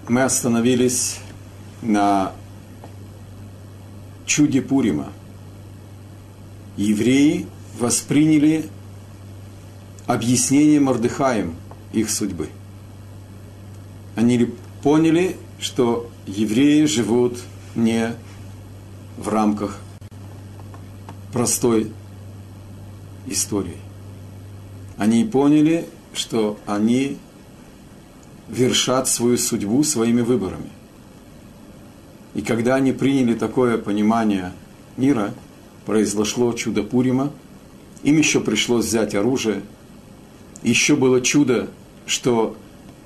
мы остановились на чуде Пурима. Евреи восприняли объяснение Мордехаем их судьбы. Они поняли, что евреи живут не в рамках простой истории. Они поняли, что они вершат свою судьбу своими выборами. И когда они приняли такое понимание мира, произошло чудо Пурима, им еще пришлось взять оружие. Еще было чудо, что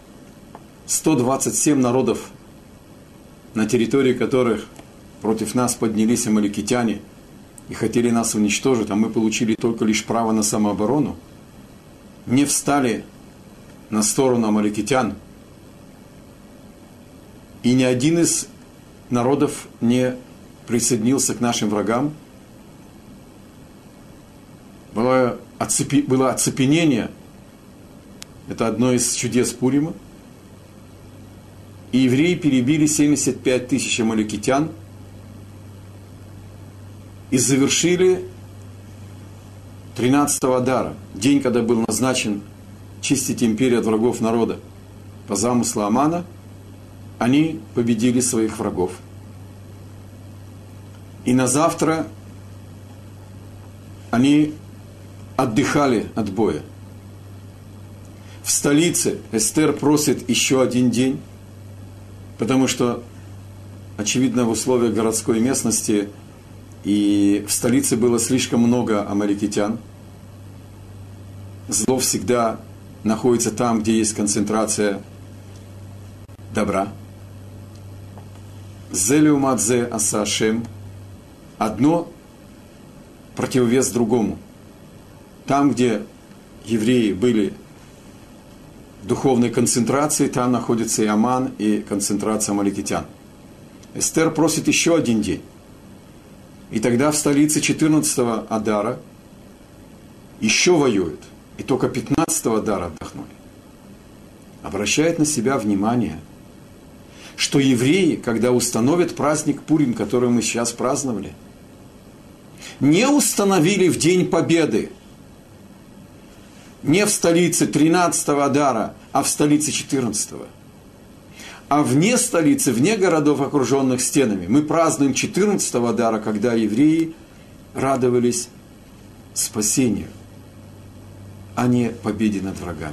127 народов, на территории которых против нас поднялись амаликитяне и хотели нас уничтожить, а мы получили только лишь право на самооборону, не встали на сторону амаликитян. И ни один из народов не присоединился к нашим врагам. Было оцепенение. Это одно из чудес Пурима. И евреи перебили 75 тысяч амаликитян и завершили 13-го Адара, день, когда был назначен чистить империю от врагов народа. По замыслу Амана они победили своих врагов. И на завтра они отдыхали от боя. В столице Эстер просит еще один день, потому что, очевидно, в условиях городской местности и в столице было слишком много амаликитян. Зло всегда находится там, где есть концентрация добра. Зелеумадзе асашем. Одно противовес другому. Там, где евреи были в духовной концентрации, там находится и Аман, и концентрация амаликитян. Эстер просит еще один день. И тогда в столице 14-го Адара еще воюют. И только 15-го Адара отдохнули. Обращает на себя внимание, что евреи, когда установят праздник Пурим, который мы сейчас праздновали, не установили в День Победы, не в столице 13-го Адара, а в столице 14-го. А вне столицы, вне городов, окруженных стенами, мы празднуем 14-го Адара, когда евреи радовались спасению, а не победе над врагами.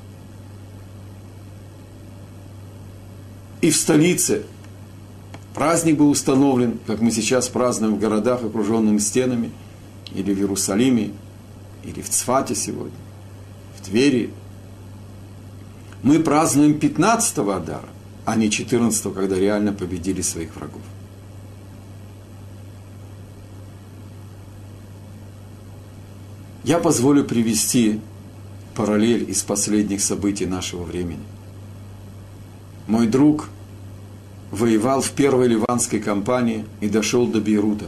И в столице праздник был установлен, как мы сейчас празднуем в городах, окруженными стенами, или в Иерусалиме, или в Цфате сегодня, в Твери. Мы празднуем 15-го Адара, а не 14-го, когда реально победили своих врагов. Я позволю привести параллель из последних событий нашего времени. Мой друг воевал в первой ливанской кампании и дошел до Бейрута.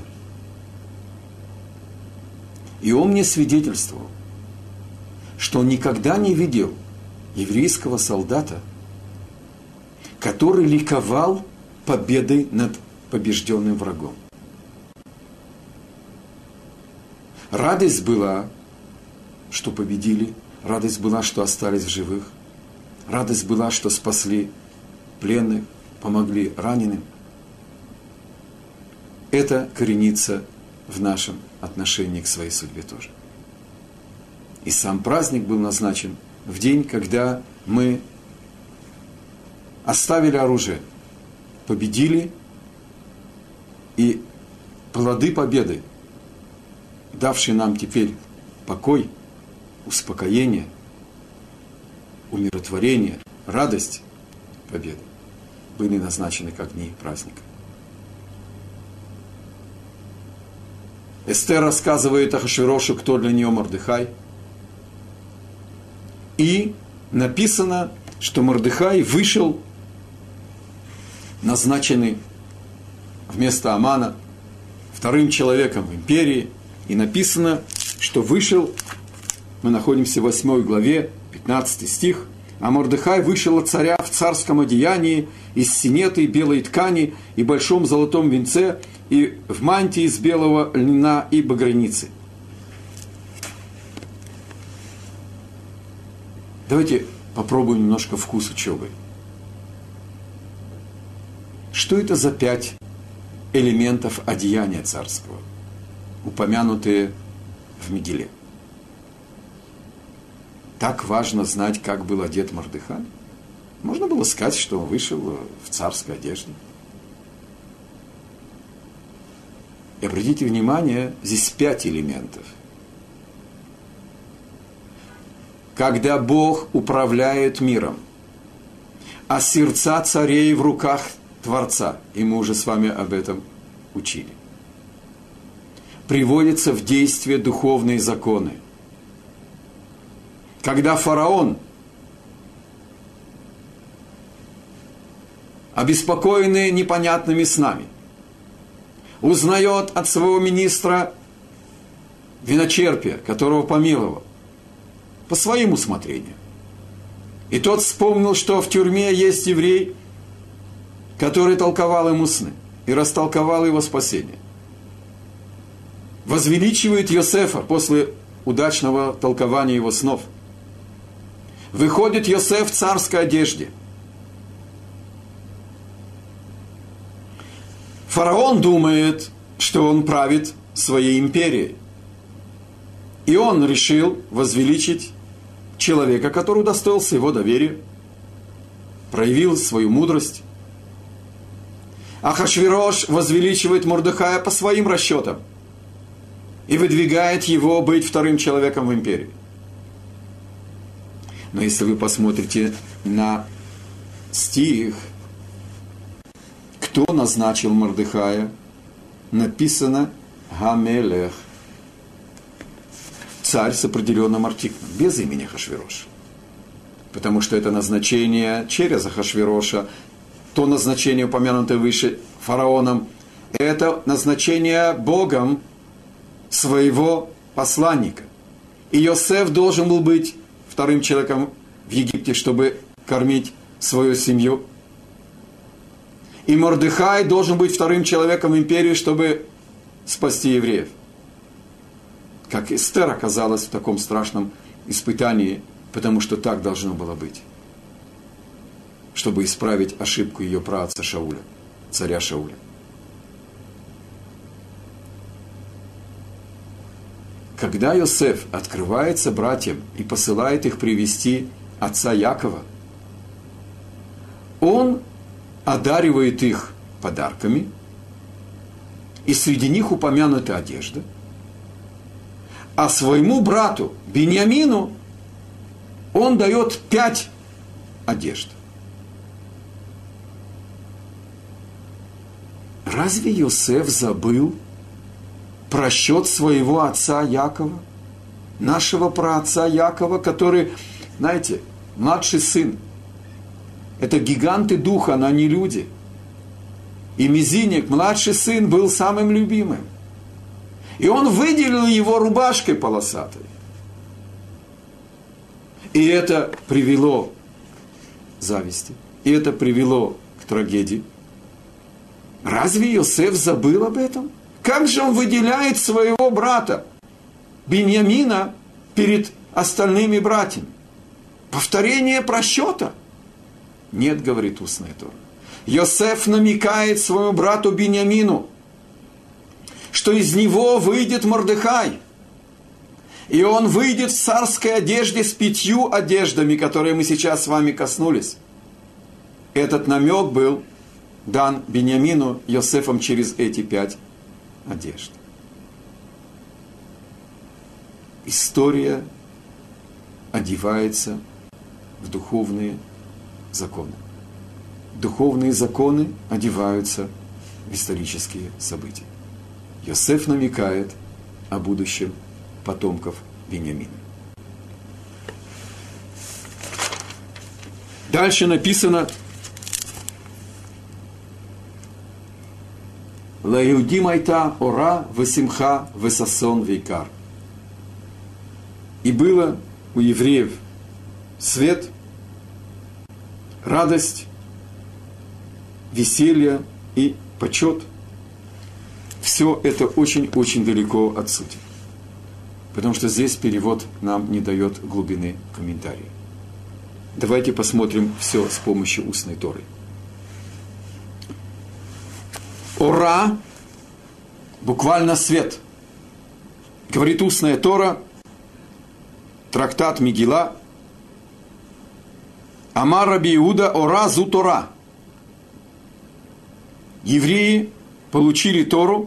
И он мне свидетельствовал, что он никогда не видел еврейского солдата, который ликовал победой над побежденным врагом. Радость была, что победили, радость была, что остались в живых, радость была, что спасли пленных, помогли раненым. Это коренится в нашем отношении к своей судьбе тоже. И сам праздник был назначен в день, когда мы оставили оружие, победили, и плоды победы, давшие нам теперь покой, успокоение, умиротворение, радость победы, были назначены как дни праздника. Эстер рассказывает Ахашвирошу, кто для нее Мордехай. И написано, что Мордехай вышел, назначенный вместо Амана, вторым человеком в империи. И написано, что вышел, мы находимся в 8 главе, 15 стих, А Мордехай вышел от царя в царском одеянии, из синеты, белой ткани и большом золотом венце, и в мантии из белого льна и багряницы. Давайте попробуем немножко вкус учебы. Что это за 5 элементов одеяния царского, упомянутые в Мегиле? Так важно знать, как был одет Мордехай? Можно было сказать, что он вышел в царской одежде. И обратите внимание, здесь 5 элементов. Когда Бог управляет миром, а сердца царей в руках Творца, и мы уже с вами об этом учили, приводятся в действие духовные законы. Когда фараон, обеспокоенный непонятными снами, узнает от своего министра виночерпия, которого помиловал, по своим усмотрениям. И тот вспомнил, что в тюрьме есть еврей, который толковал ему сны и растолковал его спасение. Возвеличивает Йосефа после удачного толкования его снов. Выходит Йосеф в царской одежде. Фараон думает, что он правит своей империей. И он решил возвеличить человека, который удостоился его доверия, проявил свою мудрость. Ахашвирош возвеличивает Мордехая по своим расчетам и выдвигает его быть вторым человеком в империи. Но если вы посмотрите на стих, кто назначил Мордехая, написано Гамелех, царь с определенным артиклем, без имени Ахашвироша. Потому что это назначение через Ахашвироша, то назначение, упомянутое выше фараоном, это назначение Богом своего посланника. И Йосеф должен был быть вторым человеком в Египте, чтобы кормить свою семью. И Мордехай должен быть вторым человеком в империи, чтобы спасти евреев. Как Эстер оказалась в таком страшном испытании, потому что так должно было быть, чтобы исправить ошибку ее праотца Шауля, царя Шауля. Когда Йосеф открывается братьям и посылает их привести отца Якова, он одаривает их подарками, и среди них упомянута одежда, а своему брату Биньямину он дает 5 одежд. Разве Йосеф забыл про счет своего отца Якова, нашего праотца Якова, который, знаете, младший сын? Это гиганты духа, но не люди. И мизинник, младший сын, был самым любимым. И он выделил его рубашкой полосатой. И это привело к зависти. И это привело к трагедии. Разве Йосеф забыл об этом? Как же он выделяет своего брата Биньямина перед остальными братьями? Повторение просчета? Нет, говорит устная Тора. Йосеф намекает своему брату Биньямину, что из него выйдет Мордехай. И он выйдет в царской одежде с 5 одеждами, которые мы сейчас с вами коснулись. Этот намек был дан Биньямину Йосефом через эти 5 одежд. История одевается в духовные законы. Духовные законы одеваются в исторические события. Йосеф намекает о будущем потомков Биньямина. Дальше написано: «Лаиудим айта ора весимха весасон вейкар». И было у евреев свет радость, веселье и почет. Все это очень-очень далеко от сути. Потому что здесь перевод нам не дает глубины комментария. Давайте посмотрим все с помощью устной Торы. Ора, буквально свет. Говорит устная Тора, трактат Мегила. Амар Раби Иуда ора зу Тора. Евреи получили Тору,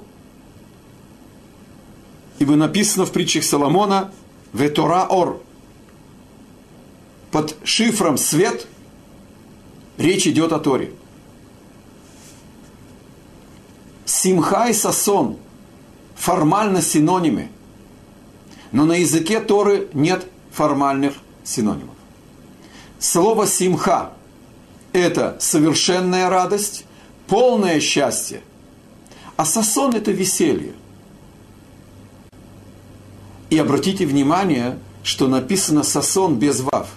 ибо написано в притчах Соломона «Ве Тора ор». Под шифром «свет» речь идет о Торе. Симха и сасон формально синонимы, но на языке Торы нет формальных синонимов. Слово «симха» – это совершенная радость, полное счастье, а сасон – это веселье. И обратите внимание, что написано «сасон» без вав.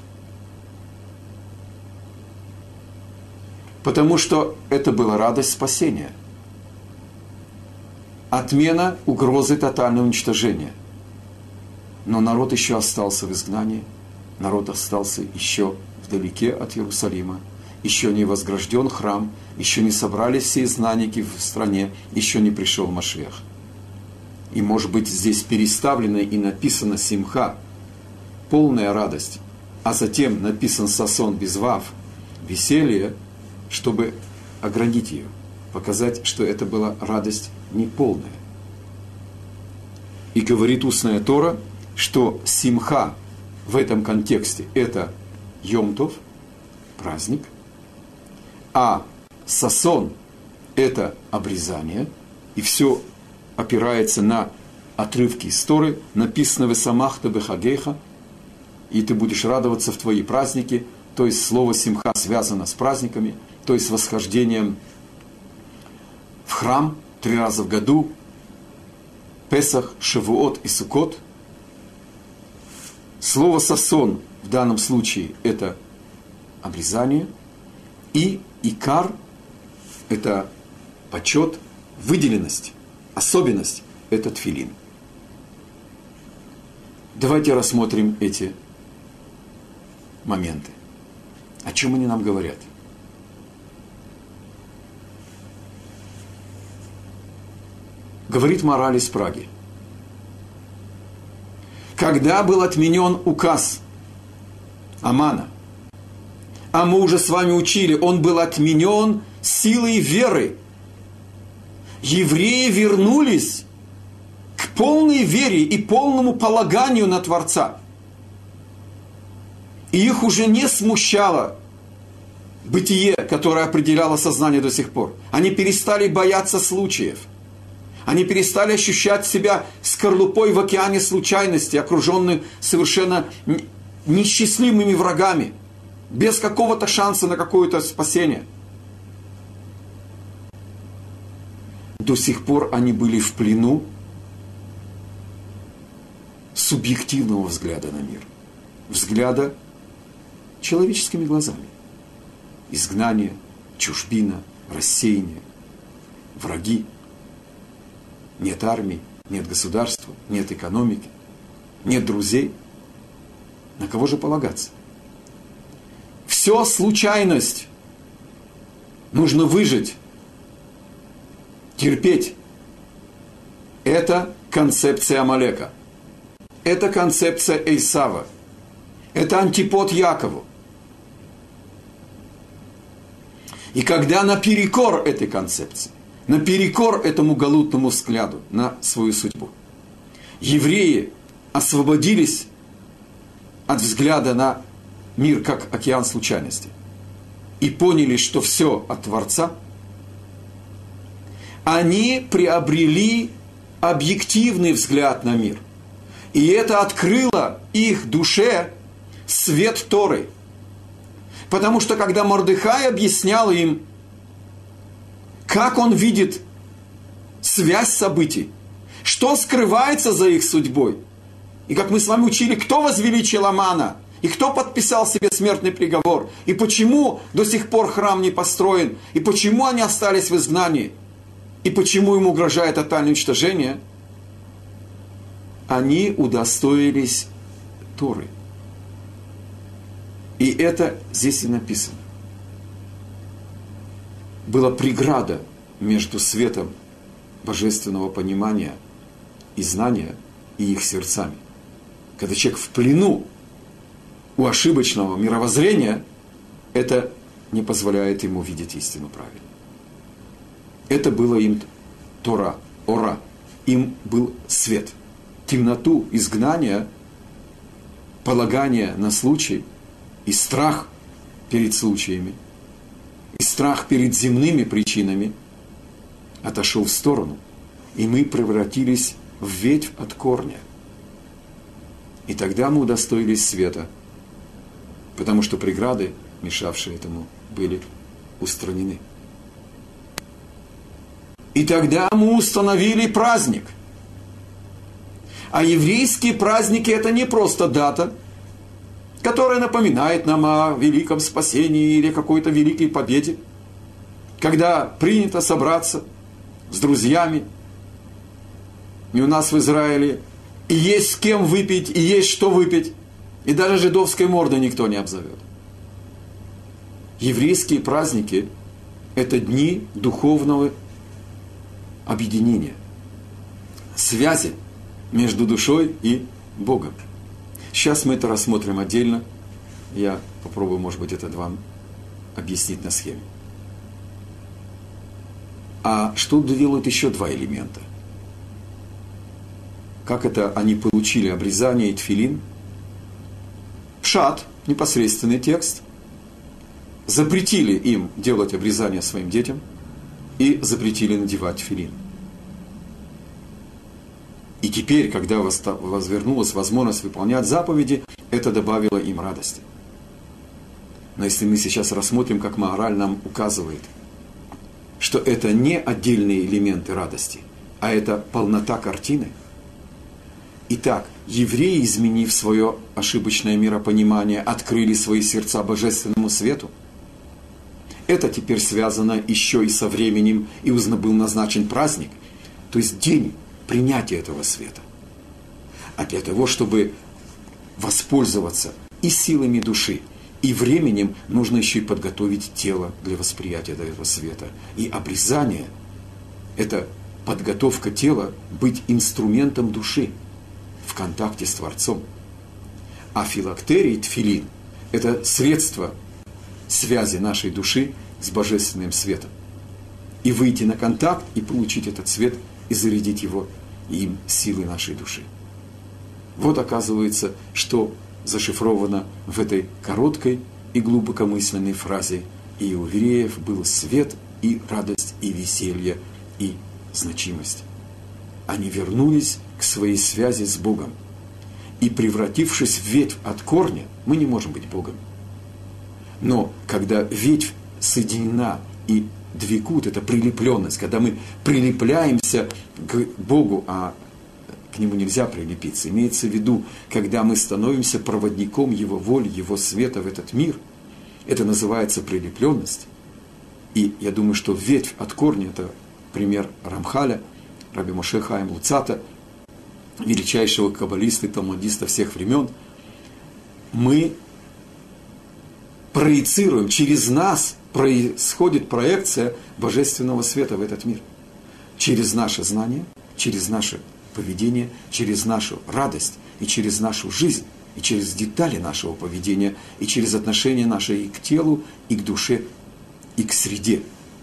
Потому что это была радость спасения. Отмена угрозы тотального уничтожения. Но народ еще остался в изгнании, народ остался еще вдалеке от Иерусалима, еще не возгражден храм, еще не собрались все изгнанники в стране, еще не пришел Машиах. И может быть здесь переставлено и написано «симха», полная радость, а затем написан «сасон» без вав, веселье, чтобы оградить ее, показать, что это была радость неполная. И говорит устная Тора, что симха в этом контексте это Йом-Тов, праздник, а сасон это обрезание, и все опирается на отрывки из Торы, написано «Весамахта бехагейха», и ты будешь радоваться в твои праздники, то есть слово симха связано с праздниками, то есть с восхождением в храм 3 раза в году, Песах, Шавуот и Суккот. Слово «сасон» в данном случае это обрезание, и икар – это почет, выделенность, особенность – это тфилин. Давайте рассмотрим эти моменты. О чем они нам говорят? Говорит Мораль из Праги. Когда был отменен указ Амана, а мы уже с вами учили, он был отменен силой веры, евреи вернулись к полной вере и полному полаганию на Творца. И их уже не смущало бытие, которое определяло сознание до сих пор. Они перестали бояться случаев. Они перестали ощущать себя скорлупой в океане случайности, окруженной совершенно несчастливыми врагами, без какого-то шанса на какое-то спасение. До сих пор они были в плену субъективного взгляда на мир, взгляда человеческими глазами. Изгнание, чужбина, рассеяние, враги. Нет армии, нет государства, нет экономики, нет друзей. На кого же полагаться? Все случайность. Нужно выжить, терпеть. Это концепция Амалека. Это концепция Эйсава. Это антипод Якову. И когда наперекор этой концепции, наперекор этому галутному взгляду на свою судьбу, евреи освободились от взгляда на мир как океан случайности и поняли, что все от Творца, они приобрели объективный взгляд на мир. И это открыло их душе свет Торы. Потому что когда Мордехай объяснял им, как он видит связь событий, что скрывается за их судьбой, и как мы с вами учили, кто возвеличил Амана, И кто подписал себе смертный приговор? И почему до сих пор храм не построен? И почему они остались в изгнании? И почему им угрожает тотальное уничтожение? Они удостоились Торы. И это здесь и написано. Была преграда между светом божественного понимания и знания и их сердцами. Когда человек в плену у ошибочного мировоззрения, это не позволяет ему видеть истину правильно. Это было им Тора, Ора. Им был свет. Темноту, изгнания, полагание на случай и страх перед случаями, и страх перед земными причинами отошел в сторону. И мы превратились в ветвь от корня. И тогда мы удостоились света, потому что преграды, мешавшие этому, были устранены. И тогда мы установили праздник. А еврейские праздники – это не просто дата, которая напоминает нам о великом спасении или какой-то великой победе, когда принято собраться с друзьями, и у нас в Израиле и есть с кем выпить, и есть что выпить, и даже жидовской мордой никто не обзовет. Еврейские праздники – это дни духовного объединения, связи между душой и Богом. Сейчас мы это рассмотрим отдельно. Я попробую, может быть, это вам объяснить на схеме. А что делают еще два элемента? Как это они получили обрезание и тфилин? Пшат, непосредственный текст, запретили им делать обрезание своим детям и запретили надевать тфилин. И теперь, когда возвернулась возможность выполнять заповеди, это добавило им радости. Но если мы сейчас рассмотрим, как Маораль нам указывает, что это не отдельные элементы радости, а это полнота картины. Итак, евреи, изменив свое ошибочное миропонимание, открыли свои сердца божественному свету. Это теперь связано еще и со временем, и был назначен праздник, то есть день принятия этого света. А для того, чтобы воспользоваться и силами души, и временем, нужно еще и подготовить тело для восприятия этого света. И обрезание – это подготовка тела быть инструментом души в контакте с Творцом. А филактерий, тфилин – это средство связи нашей души с божественным светом. И выйти на контакт, и получить этот свет, и зарядить его им силой нашей души. Вот оказывается, что зашифровано в этой короткой и глубокомысленной фразе: «И у евреев был свет, и радость, и веселье, и значимость». Они вернулись к своей связи с Богом. И превратившись в ветвь от корня, мы не можем быть Богом. Но когда ветвь соединена и двекут, это прилепленность, когда мы прилепляемся к Богу, а к Нему нельзя прилепиться. Имеется в виду, когда мы становимся проводником Его воли, Его света в этот мир, это называется прилепленность. И я думаю, что ветвь от корня – это пример Рамхаля, Раби Моше Хаим Луцата, величайшего каббалиста и талмудиста всех времен. Мы проецируем, через нас происходит проекция божественного света в этот мир. Через наше знание, через наше поведение, через нашу радость и через нашу жизнь, и через детали нашего поведения, и через отношение наше и к телу, и к душе, и к среде,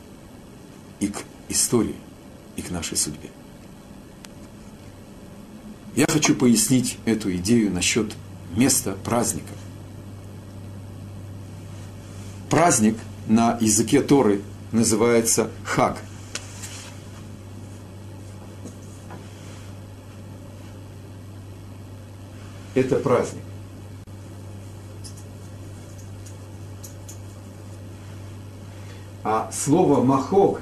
и к истории, и к нашей судьбе. Я хочу пояснить эту идею насчет места праздника. Праздник на языке Торы называется хаг. Это праздник. А слово махог,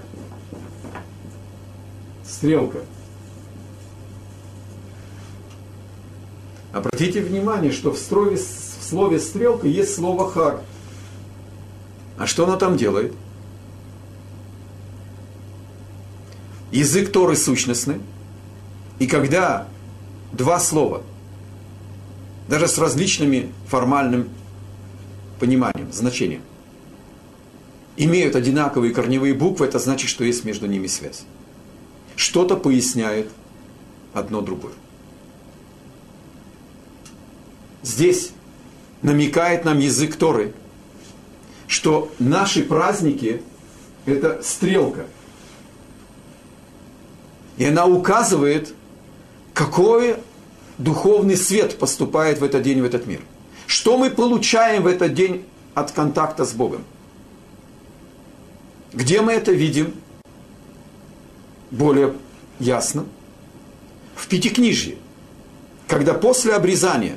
стрелка. Обратите внимание, что в слове «стрелка» есть слово «хаг». А что она там делает? Язык Торы сущностный. И когда два слова, даже с различными формальным пониманием, значением, имеют одинаковые корневые буквы, это значит, что есть между ними связь. Что-то поясняет одно другое. Здесь намекает нам язык Торы, что наши праздники – это стрелка. И она указывает, какой духовный свет поступает в этот день, в этот мир. Что мы получаем в этот день от контакта с Богом. Где мы это видим? Более ясно. В Пятикнижье. Когда после обрезания,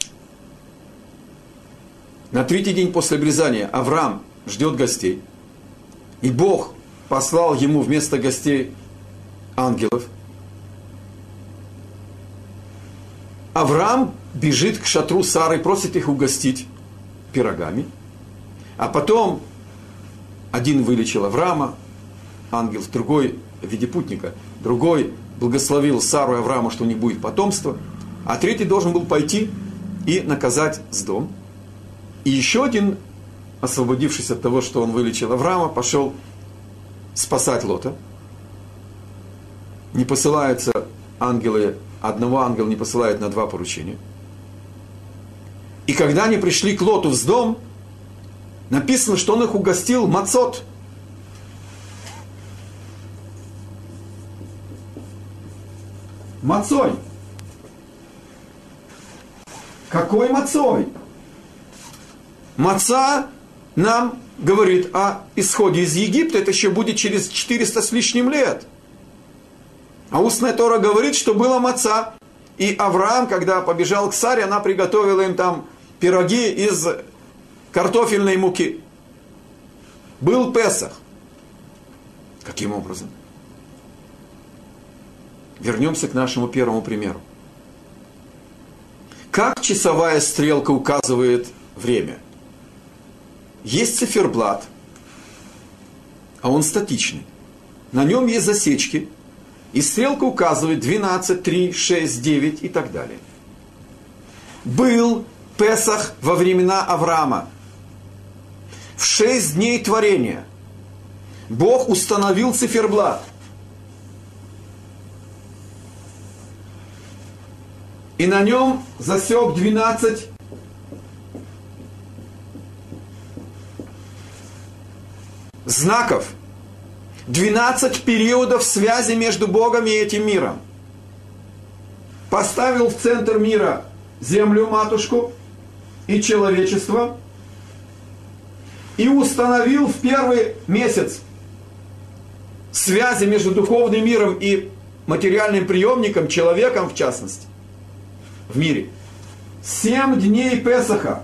на третий день после обрезания, Авраам ждет гостей, и Бог послал ему вместо гостей ангелов. Авраам бежит к шатру Сары, просит их угостить пирогами. А потом один вылечил Авраама, ангел, другой в виде путника, другой благословил Сару и Авраама, что у них будет потомство, а третий должен был пойти и наказать Сдом. И еще один, освободившись от того, что он вылечил Авраама, пошел спасать Лота. Не посылаются ангелы, одного ангела не посылают на два поручения. И когда они пришли к Лоту в Сдом, написано, что он их угостил мацот. Мацой. Какой мацой? Маца нам говорит о исходе из Египта, это еще будет через 400 с лишним лет. А устная Тора говорит, что была маца. И Авраам, когда побежал к Саре, она приготовила им там пироги из картофельной муки. Был Песах. Каким образом? Вернемся к нашему первому примеру. Как часовая стрелка указывает время? Есть циферблат, а он статичный. На нем есть засечки, и стрелка указывает 12, 3, 6, 9 и так далее. Был Песах во времена Авраама. В 6 дней творения Бог установил циферблат. И на нем засек 12 знаков, 12 периодов связи между Богом и этим миром. Поставил в центр мира землю матушку и человечество, и установил в первый месяц связи между духовным миром и материальным приемником, человеком в частности, в мире. 7 дней Песаха.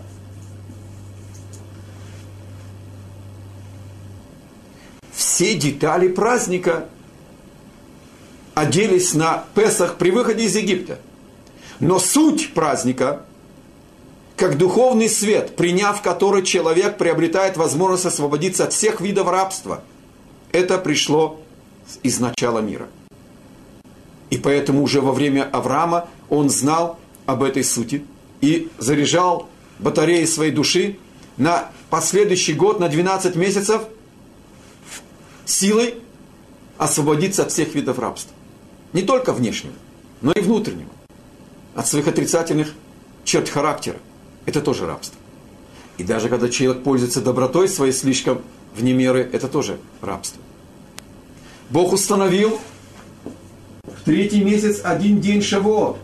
Все детали праздника оделись на Песах при выходе из Египта. Но суть праздника, как духовный свет, приняв который человек приобретает возможность освободиться от всех видов рабства, это пришло из начала мира. И поэтому уже во время Авраама он знал об этой сути и заряжал батареи своей души на последующий год, на 12 месяцев, силой освободиться от всех видов рабства. Не только внешнего, но и внутреннего. От своих отрицательных черт характера. Это тоже рабство. И даже когда человек пользуется добротой своей слишком вне меры, это тоже рабство. Бог установил в 3-й месяц 1 день Шавуот.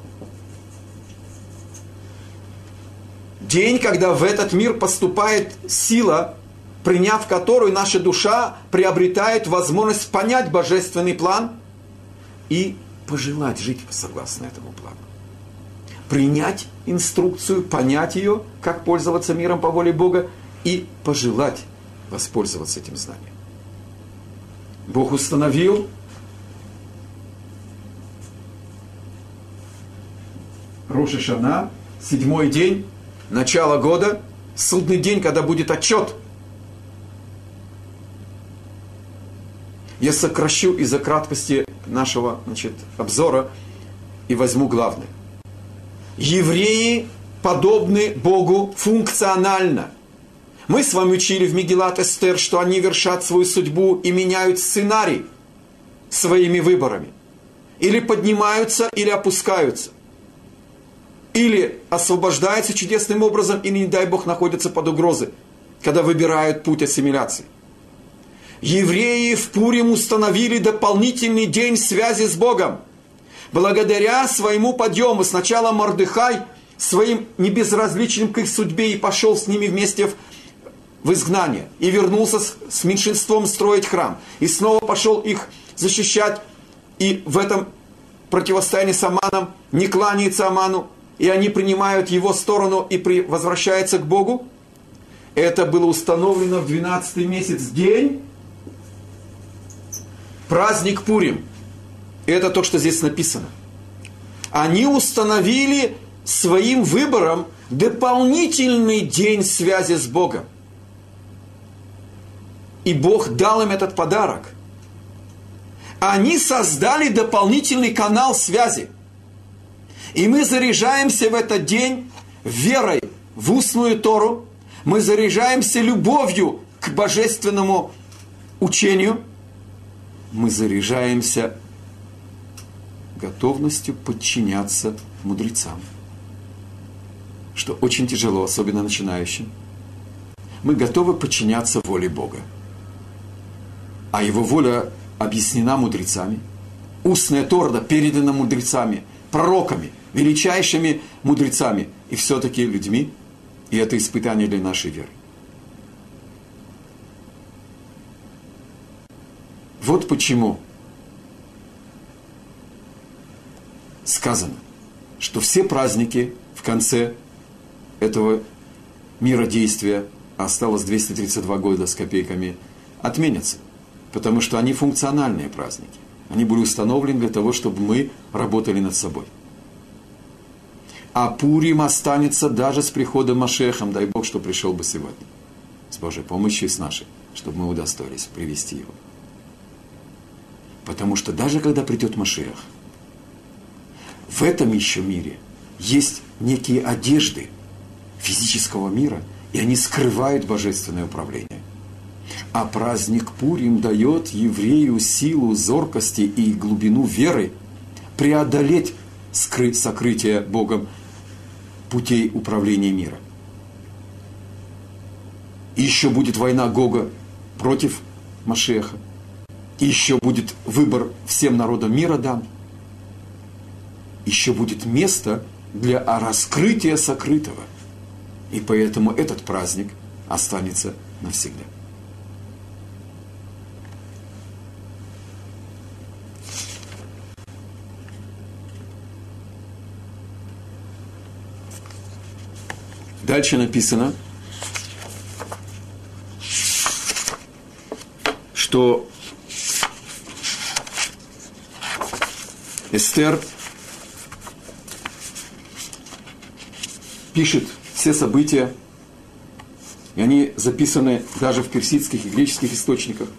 День, когда в этот мир поступает сила, приняв которую наша душа приобретает возможность понять божественный план и пожелать жить согласно этому плану. Принять инструкцию, понять ее, как пользоваться миром по воле Бога, и пожелать воспользоваться этим знанием. Бог установил Рош ха-Шана, 7-й день, начало года, судный день, когда будет отчет. Я сокращу из-за краткости нашего, обзора и возьму главное. Евреи подобны Богу функционально. Мы с вами учили в Мегилат Эстер, что они вершат свою судьбу и меняют сценарий своими выборами. Или поднимаются, или опускаются. Или освобождаются чудесным образом, или, не дай Бог, находятся под угрозой, когда выбирают путь ассимиляции. Евреи в Пурим установили дополнительный день связи с Богом. Благодаря своему подъему сначала Мордехай своим небезразличным к их судьбе и пошел с ними вместе в изгнание. И вернулся с меньшинством строить храм. И снова пошел их защищать. И в этом противостоянии с Аманом не кланяется Аману. И они принимают его сторону и возвращаются к Богу. Это было установлено в 12-й месяц день. Праздник Пурим. Это то, что здесь написано. Они установили своим выбором дополнительный день связи с Богом. И Бог дал им этот подарок. Они создали дополнительный канал связи. И мы заряжаемся в этот день верой в устную Тору. Мы заряжаемся любовью к божественному учению. Мы заряжаемся готовностью подчиняться мудрецам. Что очень тяжело, особенно начинающим. Мы готовы подчиняться воле Бога. А Его воля объяснена мудрецами. Устная Тора передана мудрецами, пророками, величайшими мудрецами. И все-таки людьми. И это испытание для нашей веры. Вот почему сказано, что все праздники в конце этого мира действия, осталось 232 года с копейками, отменятся. Потому что они функциональные праздники. Они были установлены для того, чтобы мы работали над собой. А Пурим останется даже с приходом Машеха, дай Бог, что пришел бы сегодня. С Божьей помощью и с нашей, чтобы мы удостоились привести его. Потому что даже когда придет Машех, в этом еще мире есть некие одежды физического мира, и они скрывают божественное управление. А праздник Пурим дает еврею силу зоркости и глубину веры преодолеть сокрытие Богом путей управления мира. И еще будет война Гога против Машеха. И еще будет выбор всем народам мира дан. Еще будет место для раскрытия сокрытого. И поэтому этот праздник останется навсегда. Дальше написано, что Эстер пишет все события, и они записаны даже в персидских и греческих источниках.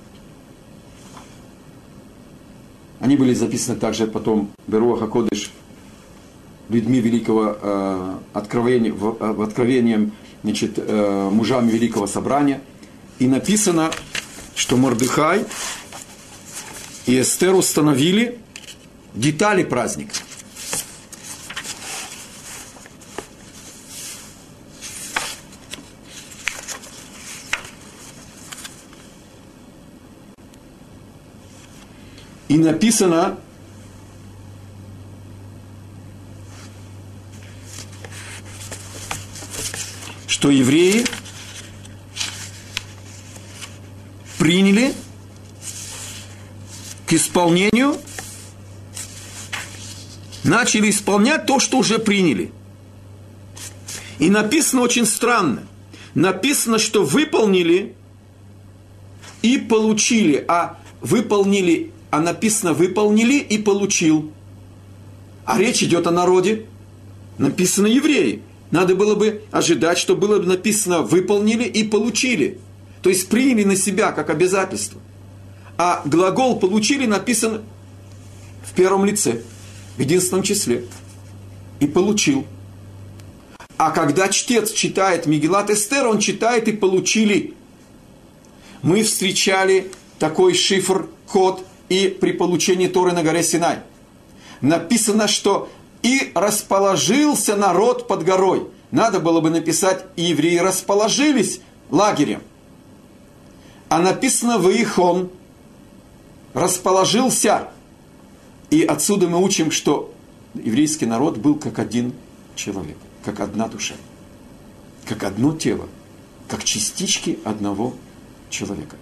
Они были записаны также потом Беруах ха-Кодеш, людьми великого откровения, в откровением, мужами великого собрания. И написано, что Мордехай и Эстер установили детали праздника. И написано, что евреи приняли к исполнению, начали исполнять то, что уже приняли. И написано очень странно. Написано, что выполнили и получили, а выполнили, а написано выполнили и получил. А речь идет о народе. Написано евреи. Надо было бы ожидать, что было бы написано «выполнили» и «получили». То есть приняли на себя как обязательство. А глагол «получили» написан в первом лице, в единственном числе. И «получил». А когда чтец читает Мегилат Эстер, он читает и «получили». Мы встречали такой шифр, код и при получении Торы на горе Синай. Написано, что «и расположился народ под горой». Надо было бы написать «и евреи расположились лагерем». А написано «ваихон» расположился. И отсюда мы учим, что еврейский народ был как один человек, как одна душа, как одно тело, как частички одного человека.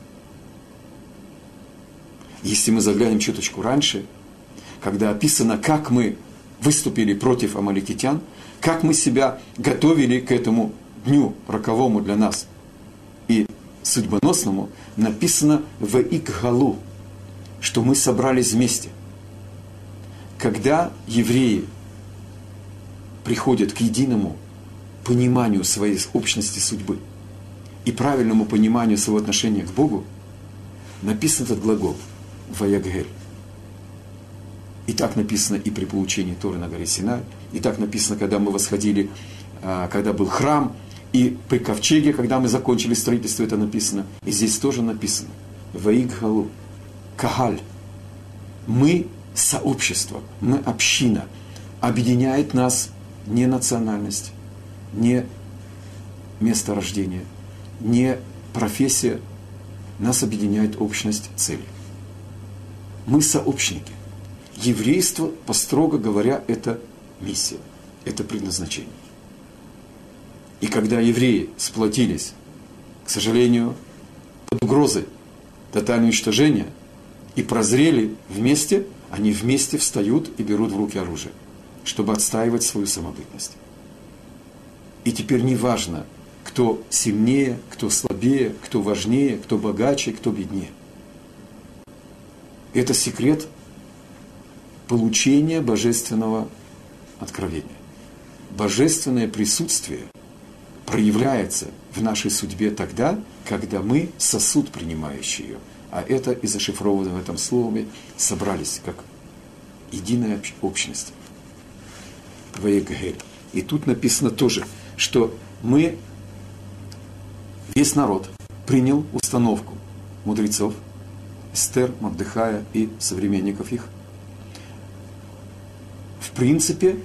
Если мы заглянем чуточку раньше, когда описано, как мы выступили против амаликитян, как мы себя готовили к этому дню роковому для нас и судьбоносному, написано в Икгалу, что мы собрались вместе. Когда евреи приходят к единому пониманию своей общности судьбы и правильному пониманию своего отношения к Богу, написан этот глагол «ваяггель». И так написано и при получении Торы на горе Синай, и так написано, когда мы восходили, когда был храм, и при ковчеге, когда мы закончили строительство, это написано. И здесь тоже написано «ваиггалу», «кагаль». Мы сообщество, мы община. Объединяет нас не национальность, не место рождения, не профессия. Нас объединяет общность целей. Мы сообщники. Еврейство, строго говоря, это миссия, это предназначение. И когда евреи сплотились, к сожалению, под угрозой тотального уничтожения, и прозрели вместе, они вместе встают и берут в руки оружие, чтобы отстаивать свою самобытность. И теперь не важно, кто сильнее, кто слабее, кто важнее, кто богаче, кто беднее. Это секрет получения божественного откровения. Божественное присутствие проявляется в нашей судьбе тогда, когда мы сосуд, принимающий ее. А это и зашифровано в этом слове, собрались как единая общность. Ваеггель. И тут написано тоже, что мы, весь народ, принял установку мудрецов, Эстер, Мордехая и современников их. В принципе,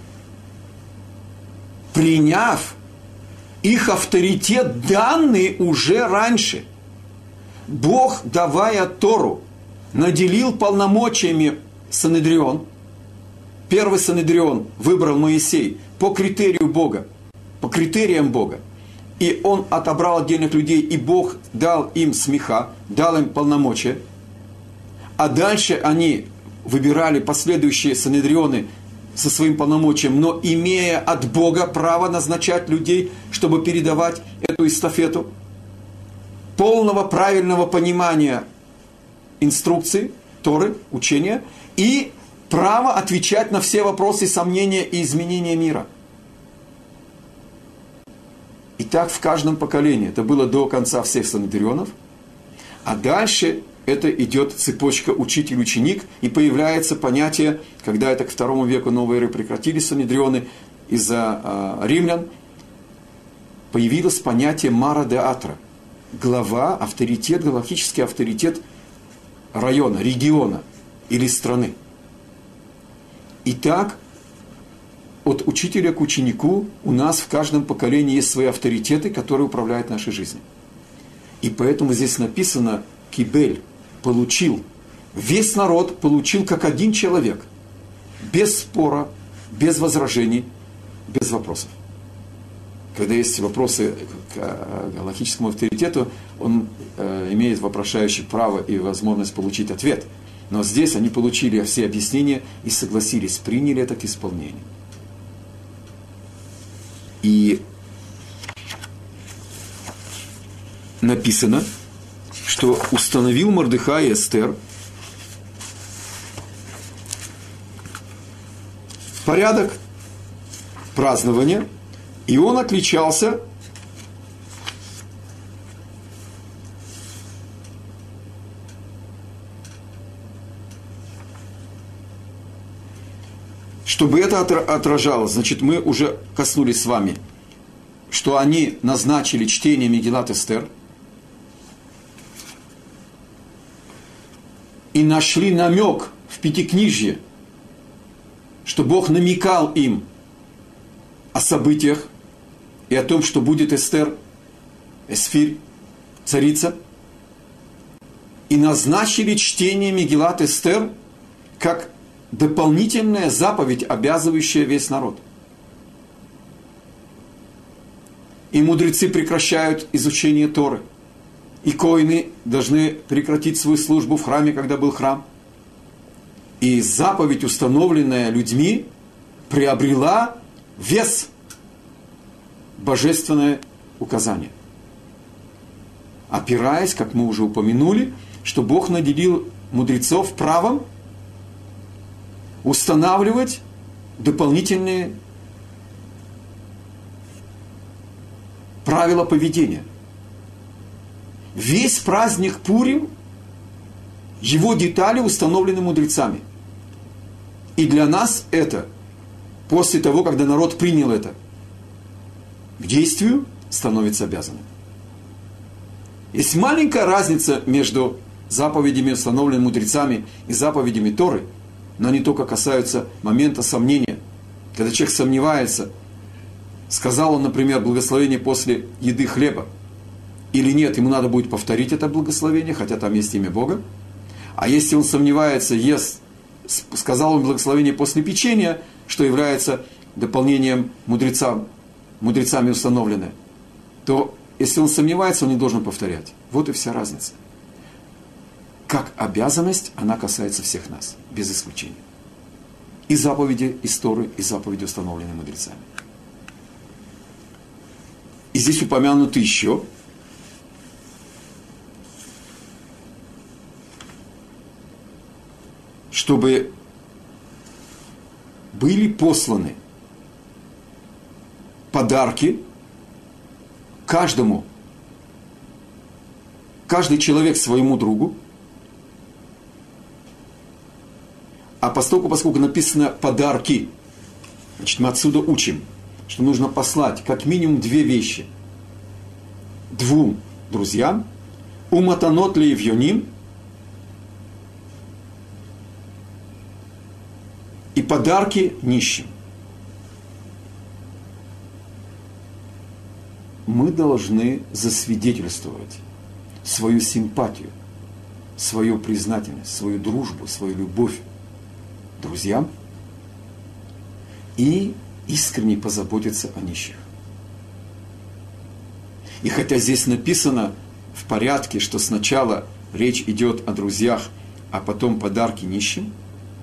приняв их авторитет, данный уже раньше. Бог, давая Тору, наделил полномочиями Санедрион. Первый Санедрион выбрал Моисей по критерию Бога, по критериям Бога. И он отобрал отдельных людей, и Бог дал им смеха, дал им полномочия. А дальше они выбирали последующие Санедрионы со своим полномочием, но имея от Бога право назначать людей, чтобы передавать эту эстафету. Полного правильного понимания инструкций, Торы, учения, и право отвечать на все вопросы, сомнения и изменения мира. И так в каждом поколении. Это было до конца всех Санедрионов. А дальше это идет цепочка учитель-ученик, и появляется понятие, когда это к II веку новой эры прекратились Санедрионы из-за римлян, появилось понятие Мара де Атра. Глава, авторитет, галактический авторитет района, региона или страны. Итак, от учителя к ученику у нас в каждом поколении есть свои авторитеты, которые управляют нашей жизнью. И поэтому здесь написано «кибель», получил. Весь народ получил как один человек. Без спора, без возражений, без вопросов. Когда есть вопросы к галактическому авторитету, он имеет вопрошающий право и возможность получить ответ. Но здесь они получили все объяснения и согласились, приняли это к исполнению. И написано, что установил Мордехай и Эстер порядок празднования И он отличался чтобы это отражалось, значит, мы уже коснулись с вами, что они назначили чтение Мегилат Эстер и нашли намек в Пятикнижье, что Бог намекал им о событиях и о том, что будет Эстер, Эсфирь, царица, и назначили чтение Мегилат Эстер как дополнительная заповедь, обязывающая весь народ. И мудрецы прекращают изучение Торы. И коины должны прекратить свою службу в храме, когда был храм. И заповедь, установленная людьми, приобрела вес, божественное указание. Опираясь, как мы уже упомянули, что Бог наделил мудрецов правом устанавливать дополнительные правила поведения. Весь праздник Пурим, его детали установлены мудрецами. И для нас это, после того, когда народ принял это, к действию становится обязанным. Есть маленькая разница между заповедями, установленными мудрецами, и заповедями Торы, но они только касаются момента сомнения. Когда человек сомневается, сказал он, например, благословение после еды хлеба, или нет, ему надо будет повторить это благословение, хотя там есть имя Бога. А если он сомневается, сказал он благословение после печенья, что является дополнением мудрецами установленное, то если он сомневается, он не должен повторять. Вот и вся разница. Как обязанность, она касается всех нас, без исключения. И заповеди из Торы, и заповеди, установленные мудрецами. И здесь упомянуты еще чтобы были посланы подарки каждый человек своему другу, а поскольку написано подарки, значит, мы отсюда учим, что нужно послать как минимум 2 вещи 2 друзьям, уматанот леевьоним, и подарки нищим. Мы должны засвидетельствовать свою симпатию, свою признательность, свою дружбу, свою любовь друзьям и искренне позаботиться о нищих. И хотя здесь написано в порядке, что сначала речь идет о друзьях, а потом подарки нищим,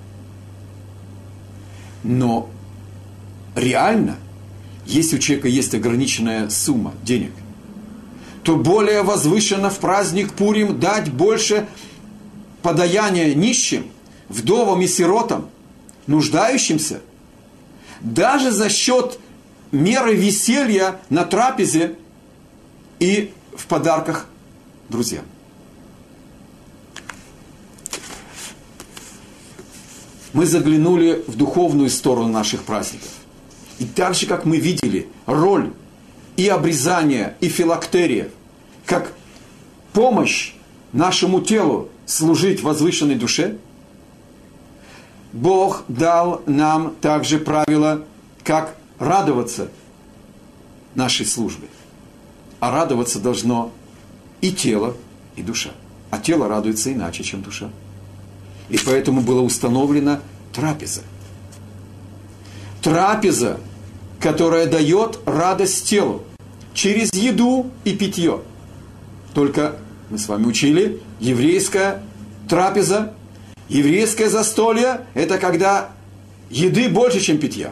но реально, если у человека есть ограниченная сумма денег, то более возвышенно в праздник Пурим дать больше подаяния нищим, вдовам и сиротам, нуждающимся, даже за счет меры веселья на трапезе и в подарках друзьям. Мы заглянули в духовную сторону наших праздников. И так же, как мы видели роль и обрезания, и филактерия, как помощь нашему телу служить возвышенной душе, Бог дал нам также правило, как радоваться нашей службе. А радоваться должно и тело, и душа. А тело радуется иначе, чем душа. И поэтому была установлена трапеза. Трапеза, которая дает радость телу через еду и питье. Только мы с вами учили, еврейская трапеза, еврейское застолье – это когда еды больше, чем питья.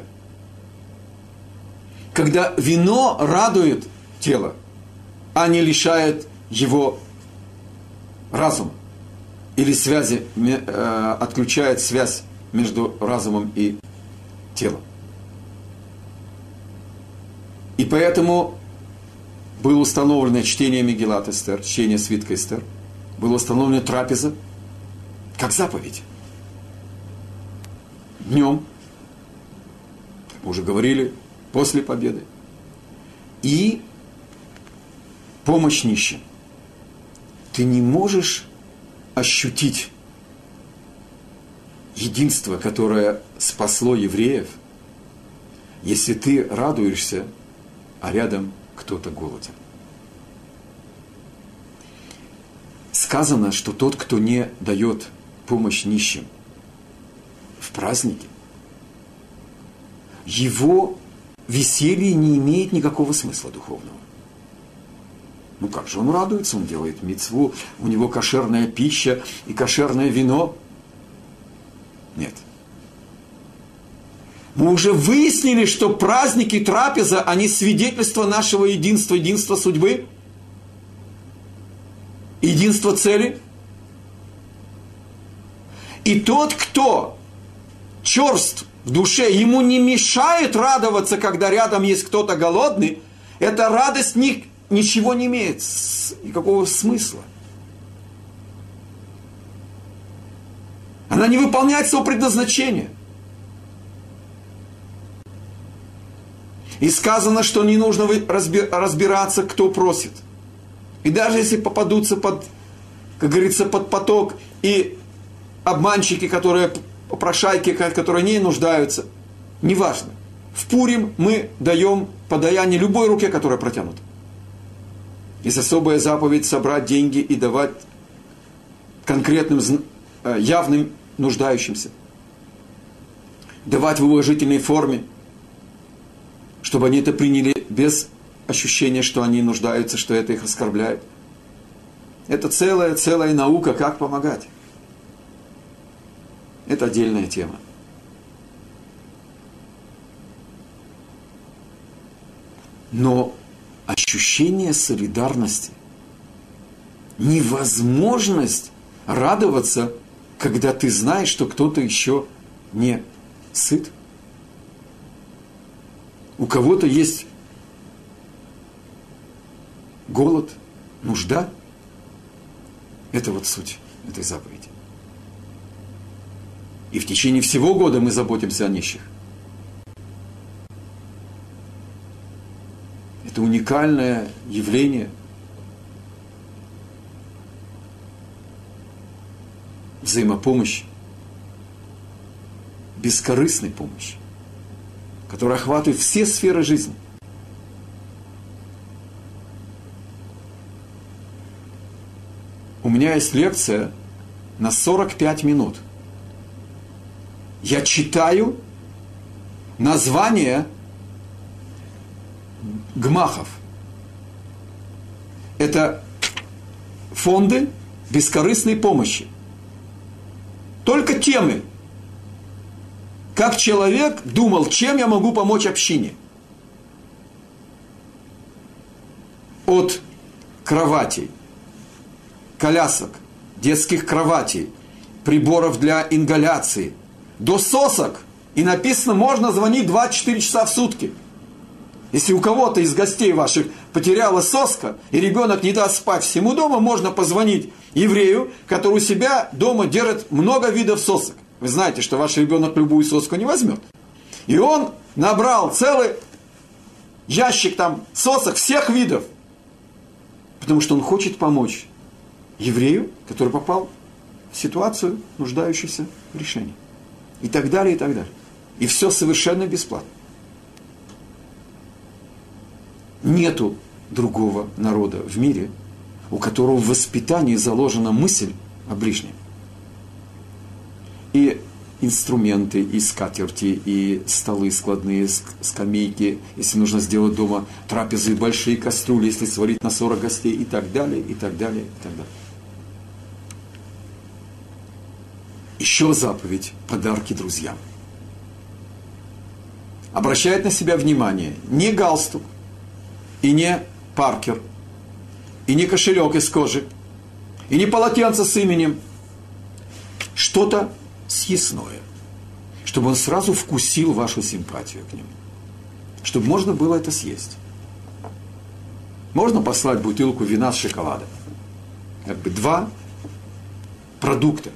Когда вино радует тело, а не лишает его разума. Или связи, отключает связь между разумом и телом. И поэтому было установлено чтение Мегилат Эстер, чтение свитка Эстер, была установлена трапеза, как заповедь. Днем, как мы уже говорили, после победы. И помощь нищим. Ты не можешь ощутить единство, которое спасло евреев, если ты радуешься, а рядом кто-то голоден. Сказано, что тот, кто не дает помощь нищим в празднике, его веселье не имеет никакого смысла духовного. Ну как же он радуется, он делает мицву, у него кошерная пища и кошерное вино. Нет. Мы уже выяснили, что праздники, трапеза, они свидетельство нашего единства, единства судьбы, единства цели. И тот, кто черств в душе, ему не мешает радоваться, когда рядом есть кто-то голодный, эта радость ничего не имеет, никакого смысла. Она не выполняет своего предназначения. И сказано, что не нужно разбираться, кто просит. И даже если попадутся под, как говорится, под поток и обманщики, которые, попрошайки, которые не нуждаются, неважно. В Пурим мы даем подаяние любой руке, которая протянута. Есть особая заповедь собрать деньги и давать конкретным, явным нуждающимся. Давать в уважительной форме, чтобы они это приняли без ощущения, что они нуждаются, что это их оскорбляет. Это целая наука, как помогать. Это отдельная тема. Но ощущение солидарности, невозможность радоваться, когда ты знаешь, что кто-то еще не сыт. У кого-то есть голод, нужда. Это вот суть этой заповеди. И в течение всего года мы заботимся о нищих. Это уникальное явление. Взаимопомощи. Бескорыстной помощи, которая охватывает все сферы жизни. У меня есть лекция на 45 минут. Я читаю название гмахов. Это фонды бескорыстной помощи. Только темы. Как человек думал, чем я могу помочь общине. От кроватей, колясок, детских кроватей, приборов для ингаляции, до сосок. И написано, можно звонить 24 часа в сутки. Если у кого-то из гостей ваших потеряла соска, и ребенок не даст спать всему дому, можно позвонить еврею, который у себя дома держит много видов сосок. Вы знаете, что ваш ребенок любую соску не возьмет. И он набрал целый ящик там сосок всех видов. Потому что он хочет помочь еврею, который попал в ситуацию, нуждающуюся в решении. И так далее, и так далее. И все совершенно бесплатно. Нету другого народа в мире, у которого в воспитании заложена мысль о ближнем. И инструменты, и скатерти, и столы складные, скамейки, если нужно сделать дома трапезы, большие кастрюли, если сварить на 40 гостей, и так далее, и так далее, и так далее. Еще заповедь – подарки друзьям. Обращает на себя внимание не галстук, и не паркер, и не кошелек из кожи, и не полотенце с именем. Что-то съестное, чтобы он сразу вкусил вашу симпатию к нему, чтобы можно было это съесть. Можно послать бутылку вина с шоколадом. Как бы два продукта.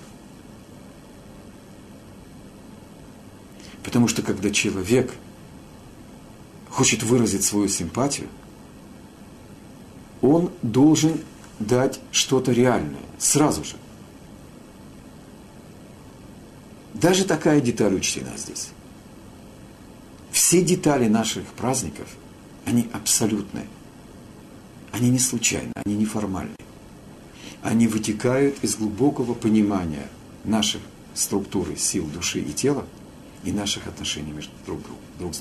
Потому что когда человек хочет выразить свою симпатию, он должен дать что-то реальное, сразу же. Даже такая деталь учтена здесь. Все детали наших праздников, они абсолютные. Они не случайны, они не формальны. Они вытекают из глубокого понимания наших структуры сил души и тела и наших отношений между друг с другом.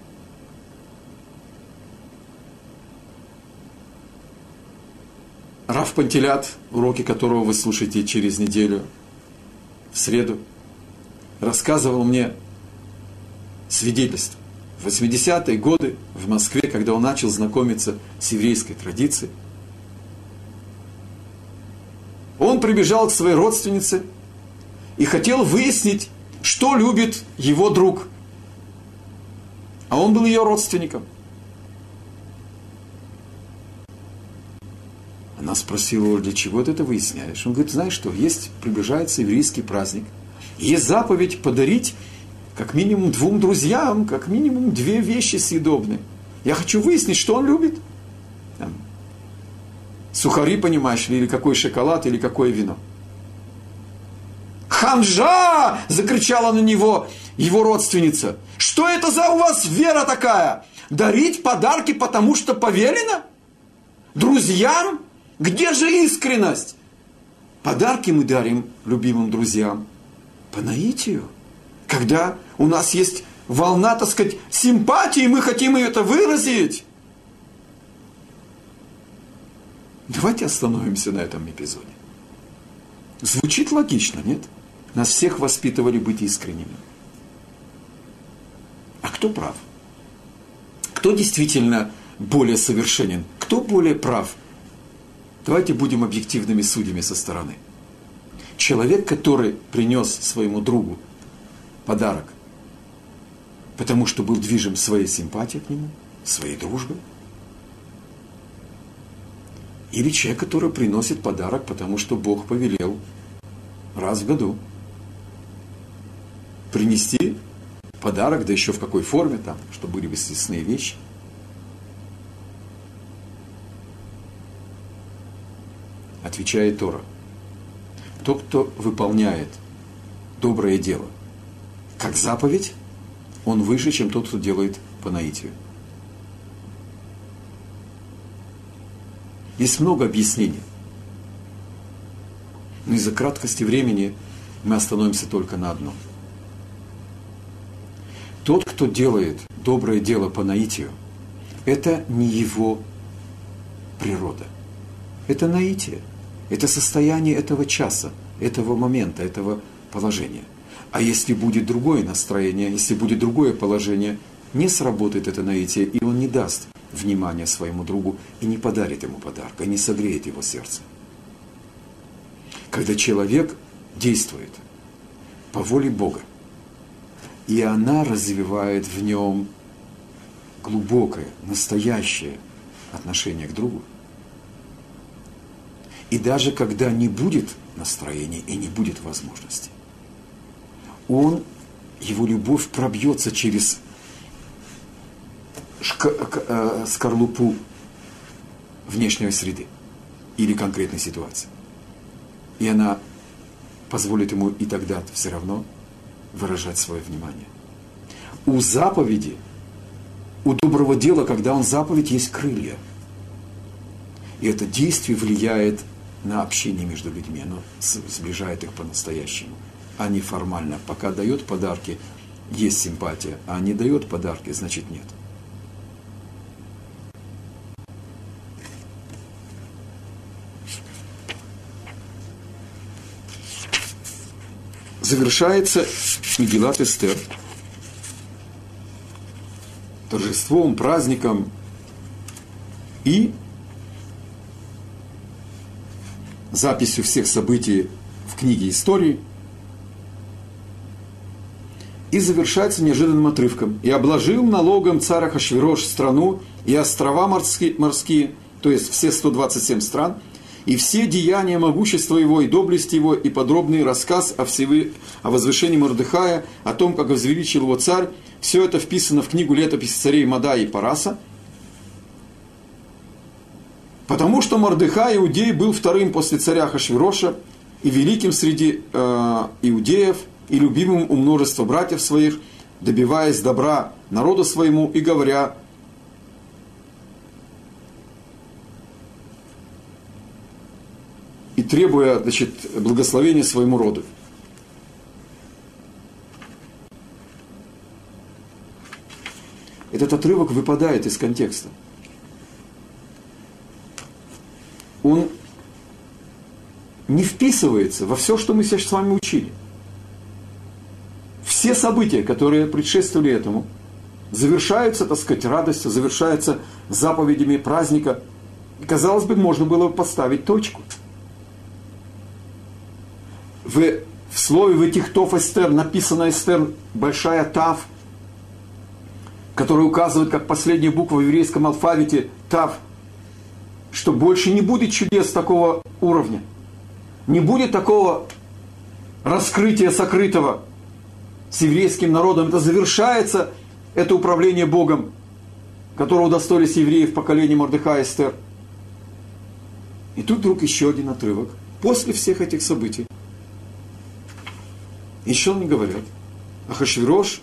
Рав Пантелят, уроки которого вы слушаете через неделю, в среду, рассказывал мне свидетельство. В 80-е годы в Москве, когда он начал знакомиться с еврейской традицией, он прибежал к своей родственнице и хотел выяснить, что любит его друг. А он был ее родственником. Она спросила его: для чего ты это выясняешь? Он говорит: знаешь что, приближается еврейский праздник. Есть заповедь подарить как минимум 2 друзьям, как минимум 2 вещи съедобные. Я хочу выяснить, что он любит. Там, сухари, понимаешь ли, или какой шоколад, или какое вино. «Ханжа!» – закричала на него его родственница. «Что это за у вас вера такая? Дарить подарки, потому что повелено? Друзьям? Где же искренность? Подарки мы дарим любимым друзьям по наитию. Когда у нас есть волна, так сказать, симпатии, мы хотим это выразить». Давайте остановимся на этом эпизоде. Звучит логично, нет? Нас всех воспитывали быть искренними. А кто прав? Кто действительно более совершенен? Кто более прав? Давайте будем объективными судьями со стороны. Человек, который принес своему другу подарок, потому что был движим своей симпатией к нему, своей дружбой. Или человек, который приносит подарок, потому что Бог повелел раз в году принести подарок, да еще в какой форме там, чтобы были естественные вещи. Отвечает Тора: тот, кто выполняет доброе дело как заповедь, он выше, чем тот, кто делает по наитию. Есть много объяснений. Но из-за краткости времени мы остановимся только на одном. Тот, кто делает доброе дело по наитию, это не его природа. Это наитие. Это состояние этого часа, этого момента, этого положения. А если будет другое настроение, если будет другое положение, не сработает это наитие, и он не даст внимания своему другу и не подарит ему подарка, и не согреет его сердце. Когда человек действует по воле Бога, и она развивает в нем глубокое, настоящее отношение к другу, и даже когда не будет настроения и не будет возможности, его любовь пробьется через скорлупу внешней среды или конкретной ситуации. И она позволит ему и тогда все равно выражать свое внимание. У заповеди, у доброго дела, когда он заповедь, есть крылья. И это действие влияет на общение между людьми, оно сближает их по-настоящему, а не формально. Пока дает подарки, есть симпатия, а не дает подарки, значит нет. Завершается Мегилат Эстер торжеством, праздником и записью всех событий в книге истории, и завершается неожиданным отрывком: «И обложил налогом царь Ахашвирош страну и острова морские, то есть все 127 стран, и все деяния могущества его, и доблести его, и подробный рассказ о возвышении Мордехая, о том, как возвеличил его царь, все это вписано в книгу летописи царей Мадая и Параса. Потому что Мордехай, иудей, был вторым после царя Ахашвироша, и великим среди иудеев, и любимым у множества братьев своих, добиваясь добра народу своему и говоря: и требуя, благословения своему роду. Этот отрывок выпадает из контекста. Он не вписывается во все, что мы сейчас с вами учили. Все события, которые предшествовали этому, завершаются, радостью, завершаются заповедями праздника. И, казалось бы, можно было бы поставить точку. В слове «Ватихтов Эстер» написано «Эстер» большая «Тав», которая указывает, как последняя буква в еврейском алфавите «Тав», что больше не будет чудес такого уровня, не будет такого раскрытия сокрытого с еврейским народом. Это завершается, это управление Богом, которого удостоились евреи в поколении Мордехая и Эстер. И тут вдруг еще один отрывок. После всех этих событий, еще мне говорят, Ахашвирош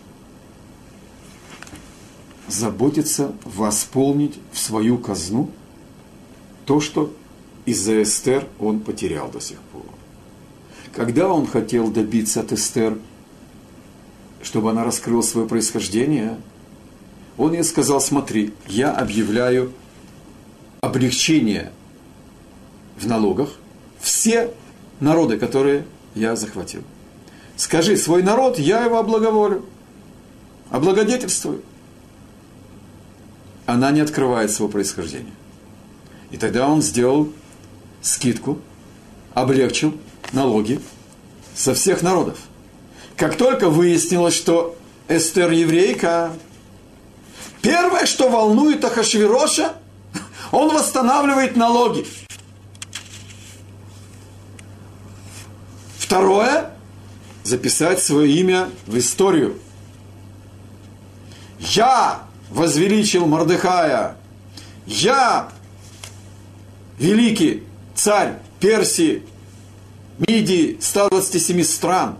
заботится восполнить в свою казну то, что из-за Эстер он потерял до сих пор. Когда он хотел добиться от Эстер, чтобы она раскрыла свое происхождение, он ей сказал: смотри, я объявляю облегчение в налогах все народы, которые я захватил. Скажи, свой народ, я его облаговолю, облагодетельствую. Она не открывает своего происхождения. И тогда он сделал скидку, облегчил налоги со всех народов. Как только выяснилось, что Эстер еврейка, первое, что волнует Ахашвироша, он восстанавливает налоги. Второе, записать свое имя в историю. Я возвеличил Мордехая. Я великий царь Персии, Мидии, 127 стран.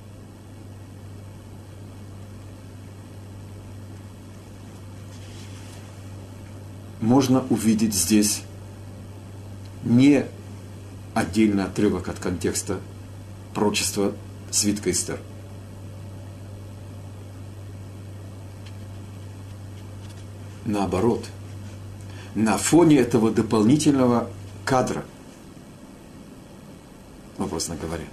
Можно увидеть здесь не отдельный отрывок от контекста пророчества свитка Эстер. Наоборот, на фоне этого дополнительного кадра, образно говоря,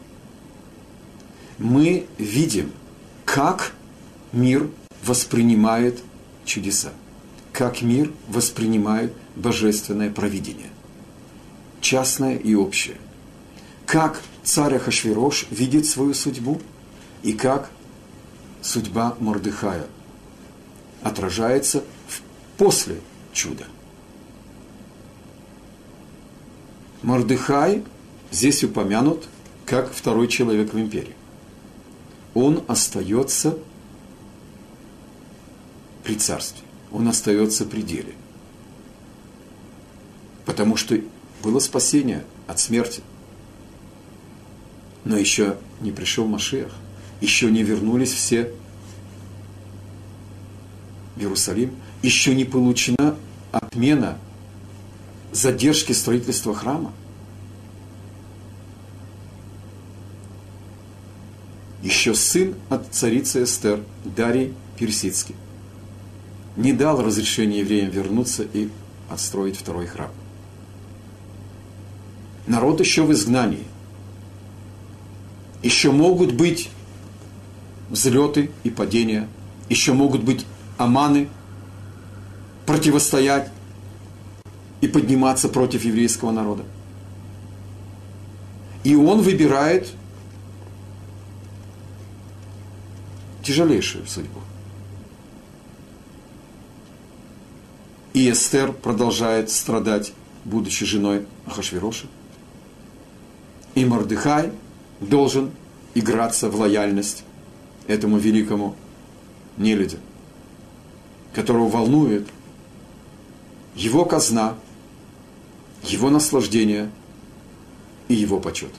мы видим, как мир воспринимает чудеса, как мир воспринимает божественное провидение, частное и общее, как царь Ахашвирош видит свою судьбу и как судьба Мордехая отражается после чуда. Мордехай здесь упомянут как второй человек в империи. Он остается при царстве, он остается при деле. Потому что было спасение от смерти. Но еще не пришел Машиах, еще не вернулись все в Иерусалим, еще не получена отмена задержки строительства храма. Еще сын от царицы Эстер, Дарий Персидский, не дал разрешения евреям вернуться и отстроить второй храм. Народ еще в изгнании. Еще могут быть взлеты и падения, еще могут быть Аманы, противостоять и подниматься против еврейского народа. И он выбирает тяжелейшую судьбу. И Эстер продолжает страдать, будучи женой Ахашвироша. И Мордехай должен играться в лояльность этому великому нелюдю, которого волнует его казна, его наслаждение и его почет.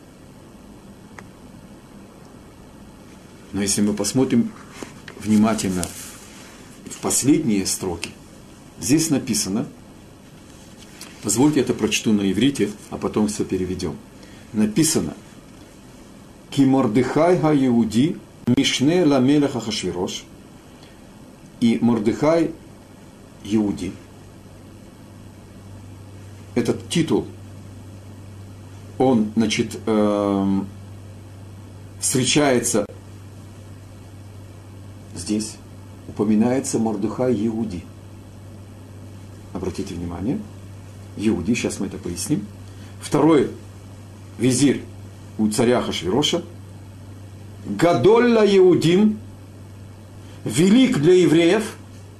Но если мы посмотрим внимательно в последние строки, здесь написано, позвольте это прочту на иврите, а потом все переведем. Написано: «Ки Мордехай ха-Иуди мишне ла-мелех Ахашвирош». И Мордехай Иуди, этот титул, он, значит, встречается здесь, упоминается Мордехай Иуди. Обратите внимание, Иуди, сейчас мы это поясним. Второй визирь у царя Ахашвироша, Гадоль ла Иудим, велик для евреев,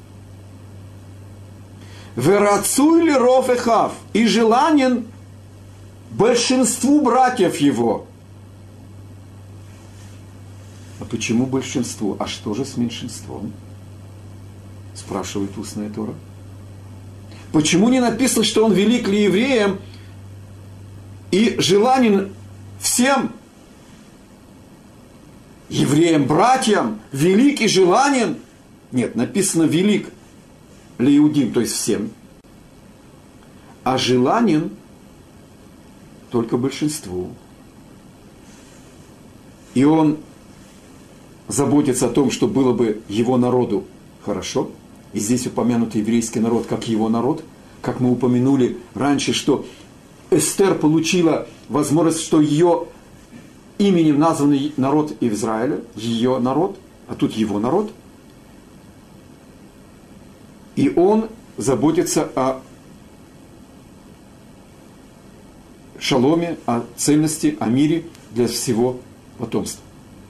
Верацуй ли ров эхав, и желанен большинству братьев его. А почему большинству? А что же с меньшинством? Спрашивает устная Тора. Почему не написано, что он велик ли евреям и желанен всем евреям, братьям, велик и желанен? Нет, написано велик ли иудим, то есть всем. А желанен только большинству. И он заботится о том, что было бы его народу хорошо. И здесь упомянут еврейский народ как его народ. Как мы упомянули раньше, что Эстер получила возможность, что ее именем названный народ Израиля, ее народ, а тут его народ. И он заботится о шаломе, о цельности, о мире для всего потомства.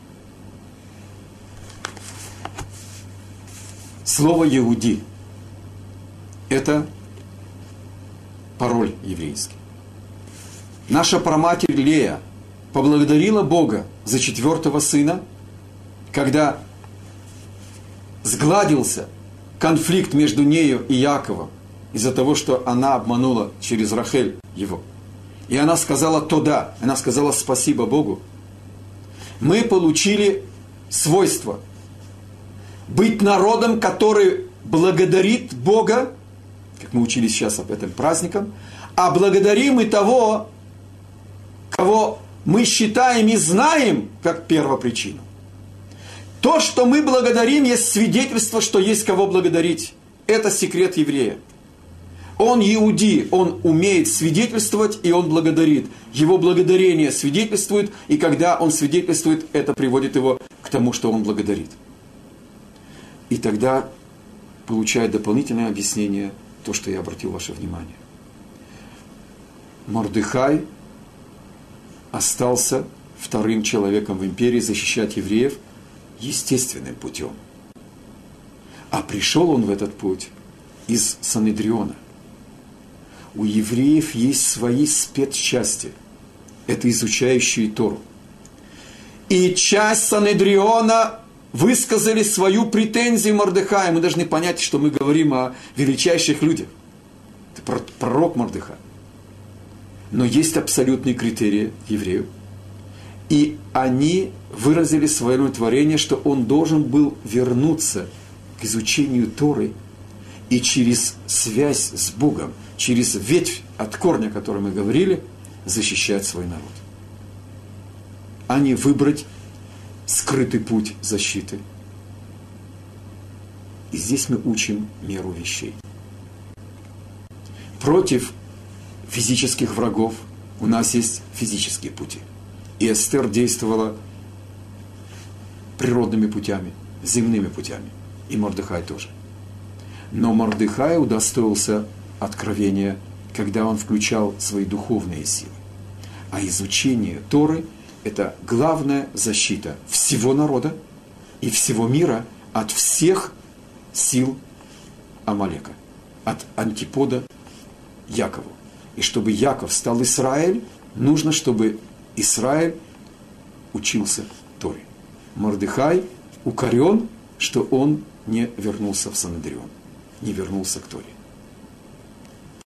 Слово «Иуди» – это пароль еврейский. Наша праматерь Лея поблагодарила Бога за 4-го сына, когда сгладился конфликт между нею и Яковом из-за того, что она обманула через Рахель его. И она сказала «тода», она сказала «спасибо Богу». Мы получили свойство быть народом, который благодарит Бога, как мы учились сейчас об этом праздником, а благодарим и того, кого мы считаем и знаем как первопричину. То, что мы благодарим, есть свидетельство, что есть кого благодарить. Это секрет еврея. Он иуди, он умеет свидетельствовать, и он благодарит. Его благодарение свидетельствует, и когда он свидетельствует, это приводит его к тому, что он благодарит. И тогда получает дополнительное объяснение то, что я обратил ваше внимание. Мордехай остался вторым человеком в империи защищать евреев естественным путем. А пришел он в этот путь из Санедриона. У евреев есть свои спецчасти. Это изучающие Тору. И часть Санедриона высказали свою претензию Мордехаю. Мы должны понять, что мы говорим о величайших людях. Это пророк Мордехай. Но есть абсолютные критерии евреев. И они выразили свое удовлетворение, что он должен был вернуться к изучению Торы и через связь с Богом, через ветвь от корня, о которой мы говорили, защищать свой народ. А не выбрать скрытый путь защиты. И здесь мы учим меру вещей. Против физических врагов у нас есть физические пути. И Эстер действовала природными путями, земными путями. И Мордехай тоже. Но Мордехай удостоился откровения, когда он включал свои духовные силы. А изучение Торы – это главная защита всего народа и всего мира от всех сил Амалека, от антипода Якову. И чтобы Яков стал Израиль, нужно, чтобы Израиль учился Торе. Мордехай укорен, что он не вернулся в Санхедрион, не вернулся к Торе.